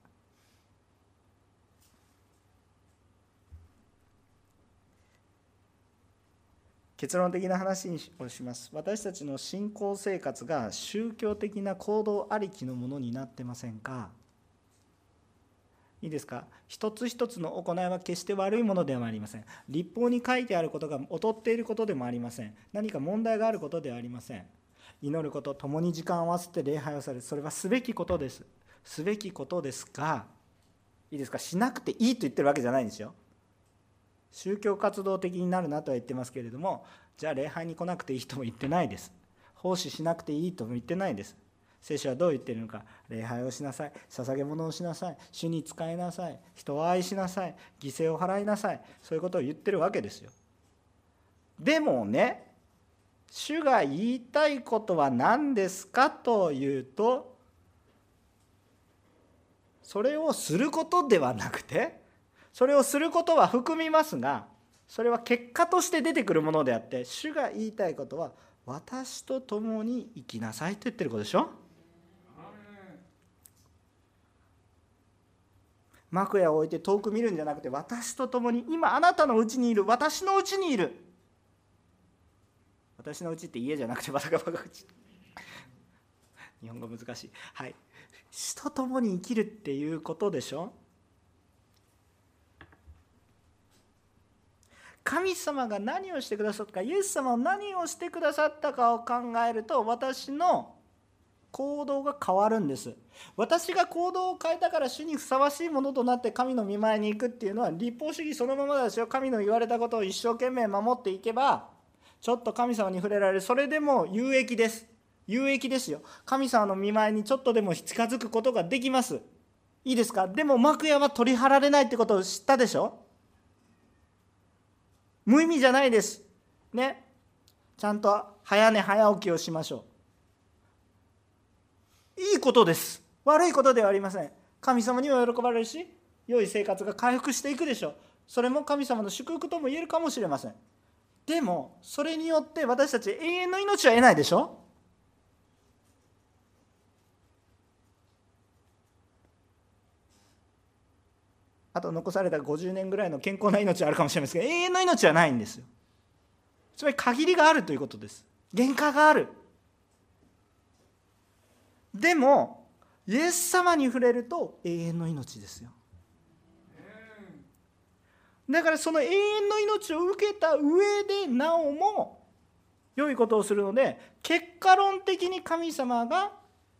結論的な話をします。私たちの信仰生活が宗教的な行動ありきのものになってませんか。いいですか。一つ一つの行いは決して悪いものではありません。律法に書いてあることが劣っていることでもありません。何か問題があることではありません。祈ること、共に時間を合わせて礼拝をされる、それはすべきことです。すべきことですが、いいですか、しなくていいと言ってるわけじゃないんですよ。宗教活動的になるなとは言ってますけれども、じゃあ礼拝に来なくていいとも言ってないです。奉仕しなくていいとも言ってないです。聖書はどう言っているのか。礼拝をしなさい、捧げ物をしなさい、主に仕えなさい、人を愛しなさい、犠牲を払いなさい、そういうことを言ってるわけですよ。でもね、主が言いたいことは何ですかというと、それをすることではなくて、それをすることは含みますが、それは結果として出てくるものであって、主が言いたいことは私と共に生きなさいと言ってることでしょ。幕屋を置いて遠く見るんじゃなくて、私と共に、今あなたのうちにいる、私のうちにいる。私のうちって家じゃなくてバカバカうち。日本語難しい。はい。主と共に生きるっていうことでしょ。神様が何をしてくださったか、イエス様は何をしてくださったかを考えると、私の行動が変わるんです。私が行動を変えたから主にふさわしいものとなって神の御前に行くっていうのは律法主義そのままですよ。神の言われたことを一生懸命守っていけばちょっと神様に触れられる。それでも有益です。有益ですよ。神様の御前にちょっとでも近づくことができます。いいですか。でも幕屋は取り払われないってことを知ったでしょ。無意味じゃないですね。ちゃんと早寝早起きをしましょう。いいことです。悪いことではありません。神様には喜ばれるし、良い生活が回復していくでしょう。それも神様の祝福とも言えるかもしれません。でもそれによって私たち永遠の命は得ないでしょ。あと残された50年ぐらいの健康な命はあるかもしれませんが、永遠の命はないんですよ。つまり限りがあるということです。限界がある。でもイエス様に触れると永遠の命ですよ。だからその永遠の命を受けた上でなおも良いことをするので、結果論的に神様が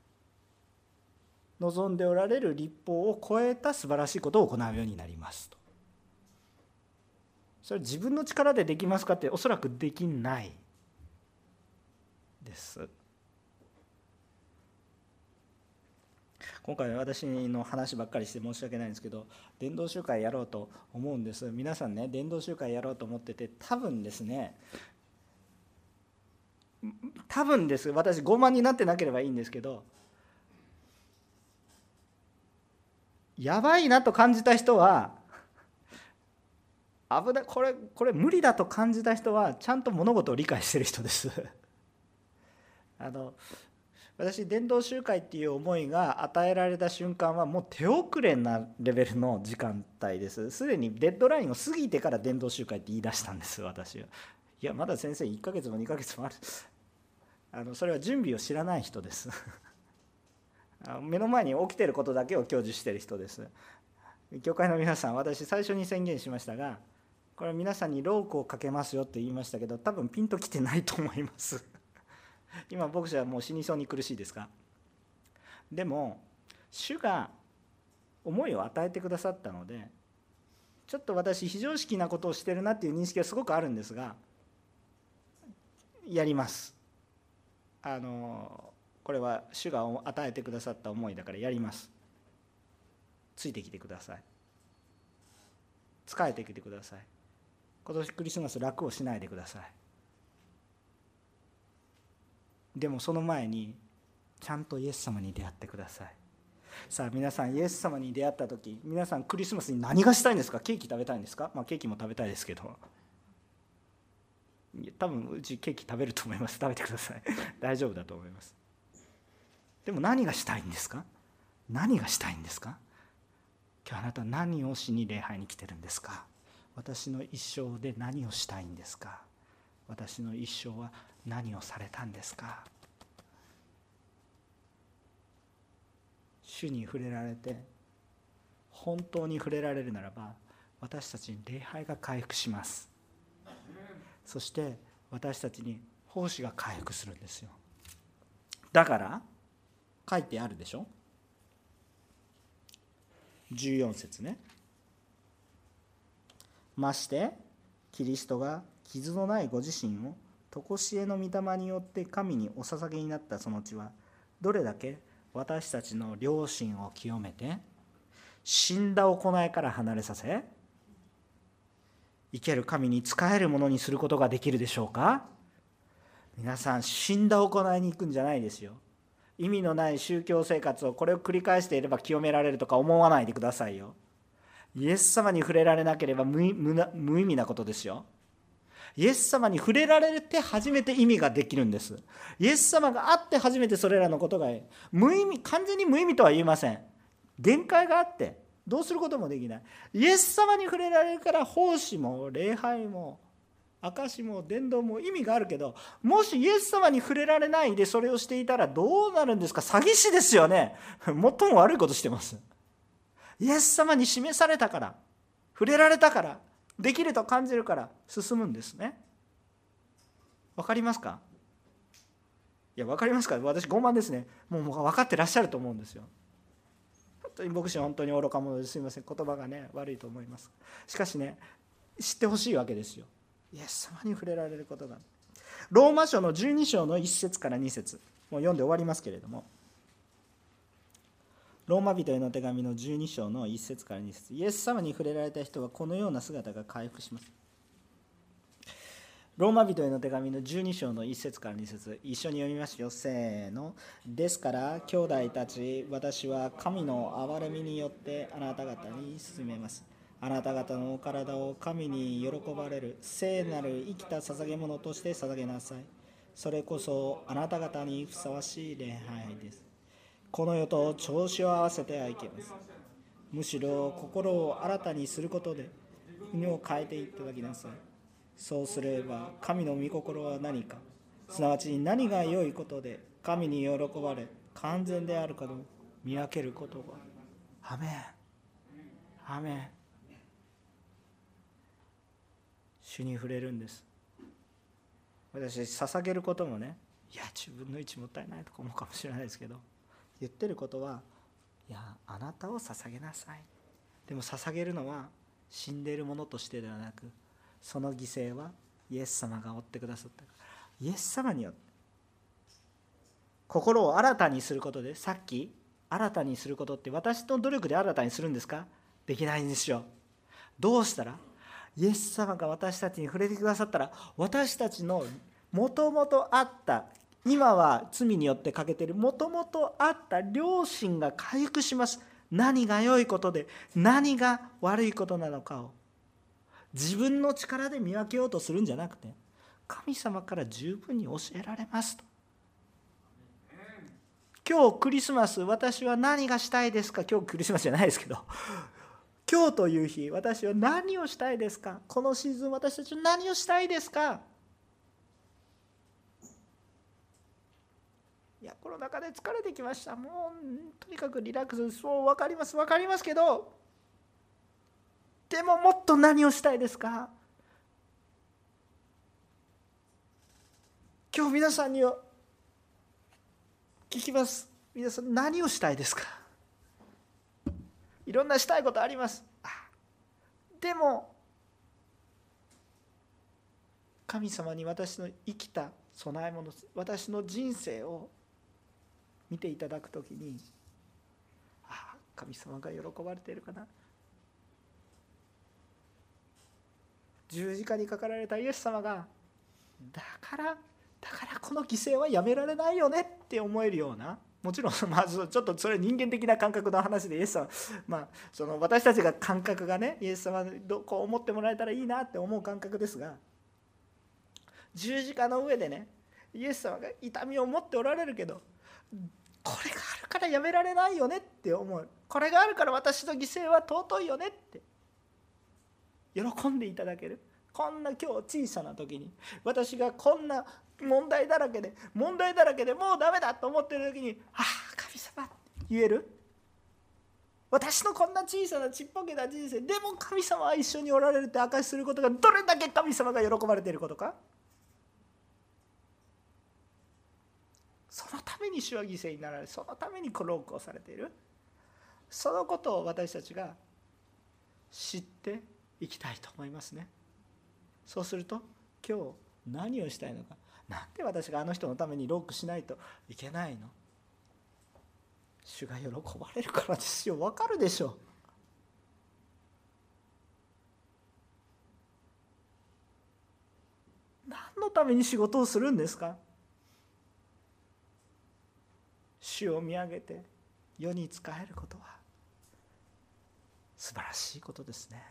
望んでおられる律法を超えた素晴らしいことを行うようになりますと。それは自分の力でできますかって、おそらくできないです。今回私の話ばっかりして申し訳ないんですけど、伝道集会やろうと思うんです。皆さんね、伝道集会やろうと思ってて、多分ですね、 多分です、私傲慢になってなければいいんですけど、やばいなと感じた人は、危ない、これ無理だと感じた人はちゃんと物事を理解している人です私、伝道集会っていう思いが与えられた瞬間はもう手遅れなレベルの時間帯です。すでにデッドラインを過ぎてから伝道集会って言い出したんです、私は。いや、まだ先生1ヶ月も2ヶ月もある。それは準備を知らない人です目の前に起きていることだけを享受している人です。教会の皆さん、私最初に宣言しましたが、これは皆さんにロークをかけますよって言いましたけど、多分ピンときてないと思います今牧師はもう死にそうに苦しいですか？でも主が思いを与えてくださったので、ちょっと私非常識なことをしてるなっていう認識がすごくあるんですが、やります。これは主が与えてくださった思いだからやります。ついてきてください。仕えてきてください。今年クリスマス楽をしないでください。でもその前にちゃんとイエス様に出会ってください。さあ皆さん、イエス様に出会った時、皆さんクリスマスに何がしたいんですか？ケーキ食べたいんですか？ケーキも食べたいですけど、多分うちケーキ食べると思います。食べてください大丈夫だと思います。でも何がしたいんですか？何がしたいんですか？今日あなたは何をしに礼拝に来てるんですか？私の一生で何をしたいんですか？私の一生は何をされたんですか？主に触れられて、本当に触れられるならば、私たちに礼拝が回復します。そして私たちに奉仕が回復するんですよ。だから書いてあるでしょ、14節ね。ましてキリストが傷のないご自身を常しえの御霊によって神にお捧げになったその地は、どれだけ私たちの良心を清めて、死んだ行いから離れさせ、生ける神に仕えるものにすることができるでしょうか？皆さん、死んだ行いに行くんじゃないですよ。意味のない宗教生活をこれを繰り返していれば清められるとか思わないでくださいよ。イエス様に触れられなければ無意味なことですよ。イエス様に触れられて初めて意味ができるんです。イエス様があって初めてそれらのことが完全に無意味とは言いません。限界があってどうすることもできない。イエス様に触れられるから奉仕も礼拝も証も伝道も意味があるけど、もしイエス様に触れられないでそれをしていたらどうなるんですか？詐欺師ですよね。最も悪いことしてます。イエス様に示されたから、触れられたから、できると感じるから進むんですね。わかりますか？いや、わかりますか？私傲慢ですね。もう分かってらっしゃると思うんですよ。本当に牧師は本当に愚か者です。すみません、言葉がね悪いと思います。しかしね、知ってほしいわけですよ。イエス様に触れられることが。ローマ書の12章の1節から2節、もう読んで終わりますけれども、ローマ人への手紙の12章の1節から2節、イエス様に触れられた人はこのような姿が回復します。ローマ人への手紙の12章の1節から2節、一緒に読みますよ。せーの。ですから兄弟たち、私は神の憐れみによってあなた方に勧めます。あなた方の体を神に喜ばれる聖なる生きた捧げ物として捧げなさい。それこそあなた方にふさわしい礼拝です。この世と調子を合わせてはいけます。むしろ心を新たにすることで国を変えていただきなさい。そうすれば神の御心は何か、すなわち何が良いことで神に喜ばれ完全であるかを見分けることが。アメン、アメン。主に触れるんです。私捧げることもね、いや自分の1もったいないとか思うかもしれないですけど、言ってることは、いやあなたを捧げなさい。でも捧げるのは死んでいるものとしてではなく、その犠牲はイエス様が負ってくださったから、イエス様によって心を新たにすることで、さっき新たにすることって私の努力で新たにするんですか？できないんですよ。どうしたら？イエス様が私たちに触れてくださったら、私たちのもともとあった、今は罪によって欠けているもともとあった良心が回復します。何が良いことで何が悪いことなのかを自分の力で見分けようとするんじゃなくて、神様から十分に教えられますと。今日クリスマス、私は何がしたいですか。今日クリスマスじゃないですけど、今日という日、私は何をしたいですか。このシーズン、私たちは何をしたいですか。いや、コロナ禍で疲れてきました。もうとにかくリラックス、そう分かりますけど、でももっと何をしたいですか。今日皆さんに聞きます。皆さん何をしたいですか。いろんなしたいことあります。でも神様に私の生きた供え物、私の人生を見ていただくときに、神様が喜ばれているかな。十字架にかかられたイエス様がだからこの犠牲はやめられないよねって思えるような、もちろんまずちょっとそれ人間的な感覚の話で、イエス様、その私たちが感覚がね、イエス様どこう思ってもらえたらいいなって思う感覚ですが、十字架の上でね、イエス様が痛みを持っておられるけど、これがあるからやめられないよねって思う、これがあるから私の犠牲は尊いよねって喜んでいただける。こんな今日小さな時に、私がこんな問題だらけでもうダメだと思っている時に、神様って言える。私のこんな小さなちっぽけな人生でも神様は一緒におられるって証しすることがどれだけ神様が喜ばれていることか。そのために主は犠牲になられ、そのためにロークをされている。そのことを私たちが知っていきたいと思いますね。そうすると今日何をしたいのか。なんで私があの人のためにロークしないといけないの。主が喜ばれるからですよ。分かるでしょう。何のために仕事をするんですか。主を見上げて世に仕えることは素晴らしいことですね。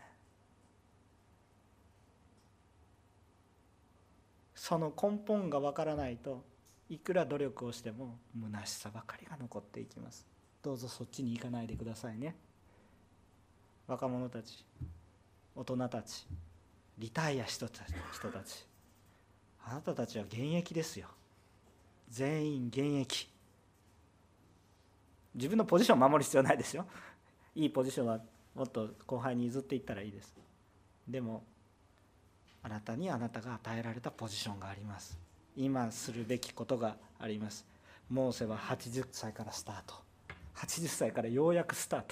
その根本がわからないと、いくら努力をしても虚しさばかりが残っていきます。どうぞそっちに行かないでくださいね。若者たち、大人たち、リタイア人たち、あなたたちは現役ですよ。全員現役。自分のポジションを守る必要ないですよ。いいポジションはもっと後輩に譲っていったらいいです。でもあなたにあなたが与えられたポジションがあります。今するべきことがあります。モーセは80歳からスタート。80歳からようやくスタート。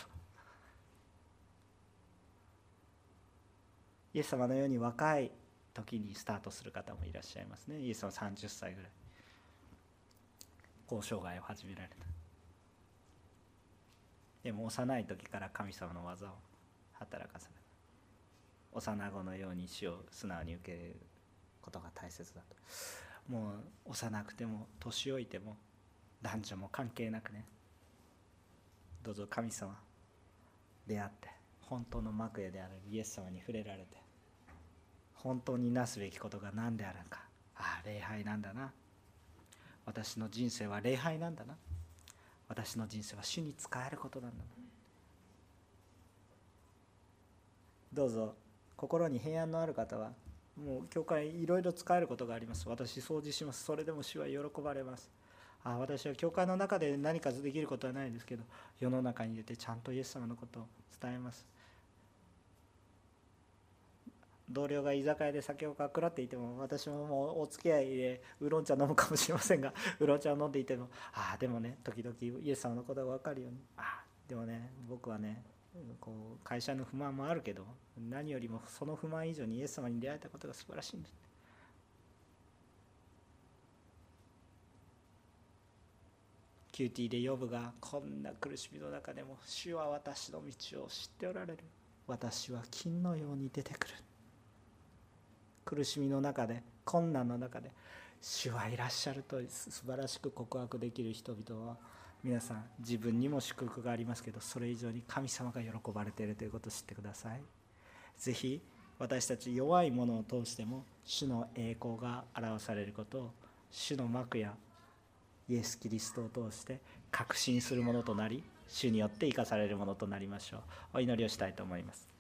イエス様のように若い時にスタートする方もいらっしゃいますね。イエス様は30歳ぐらい交渉外を始められた。でも幼い時から神様の技を働かされた。幼子のように死を素直に受けることが大切だと。もう幼くても年老いても男女も関係なくね、どうぞ神様出会って本当の幕屋であるイエス様に触れられて、本当になすべきことが何であるのか。礼拝なんだな。私の人生は礼拝なんだな。私の人生は主に仕えることなんだな。どうぞ心に平安のある方は、もう教会いろいろ使えることがあります。私掃除します。それでも主は喜ばれます。私は教会の中で何かできることはないですけど、世の中に出てちゃんとイエス様のことを伝えます。同僚が居酒屋で酒をかくらっていても、私ももうお付き合いでウーロン茶飲むかもしれませんが、ウーロン茶を飲んでいても、でもね、時々イエス様のことが分かるように、でもね、僕はね、会社の不満もあるけど、何よりもその不満以上にイエス様に出会えたことが素晴らしいんです。QT でヨブがこんな苦しみの中でも、主は私の道を知っておられる。私は金のように出てくる。苦しみの中で、困難の中で、 主はいらっしゃると素晴らしく告白できる人々は、皆さん自分にも祝福がありますけど、それ以上に神様が喜ばれているということを知ってください。ぜひ私たち弱いものを通しても主の栄光が表されることを、主の幕やイエス・キリストを通して確信するものとなり、主によって生かされるものとなりましょう。お祈りをしたいと思います。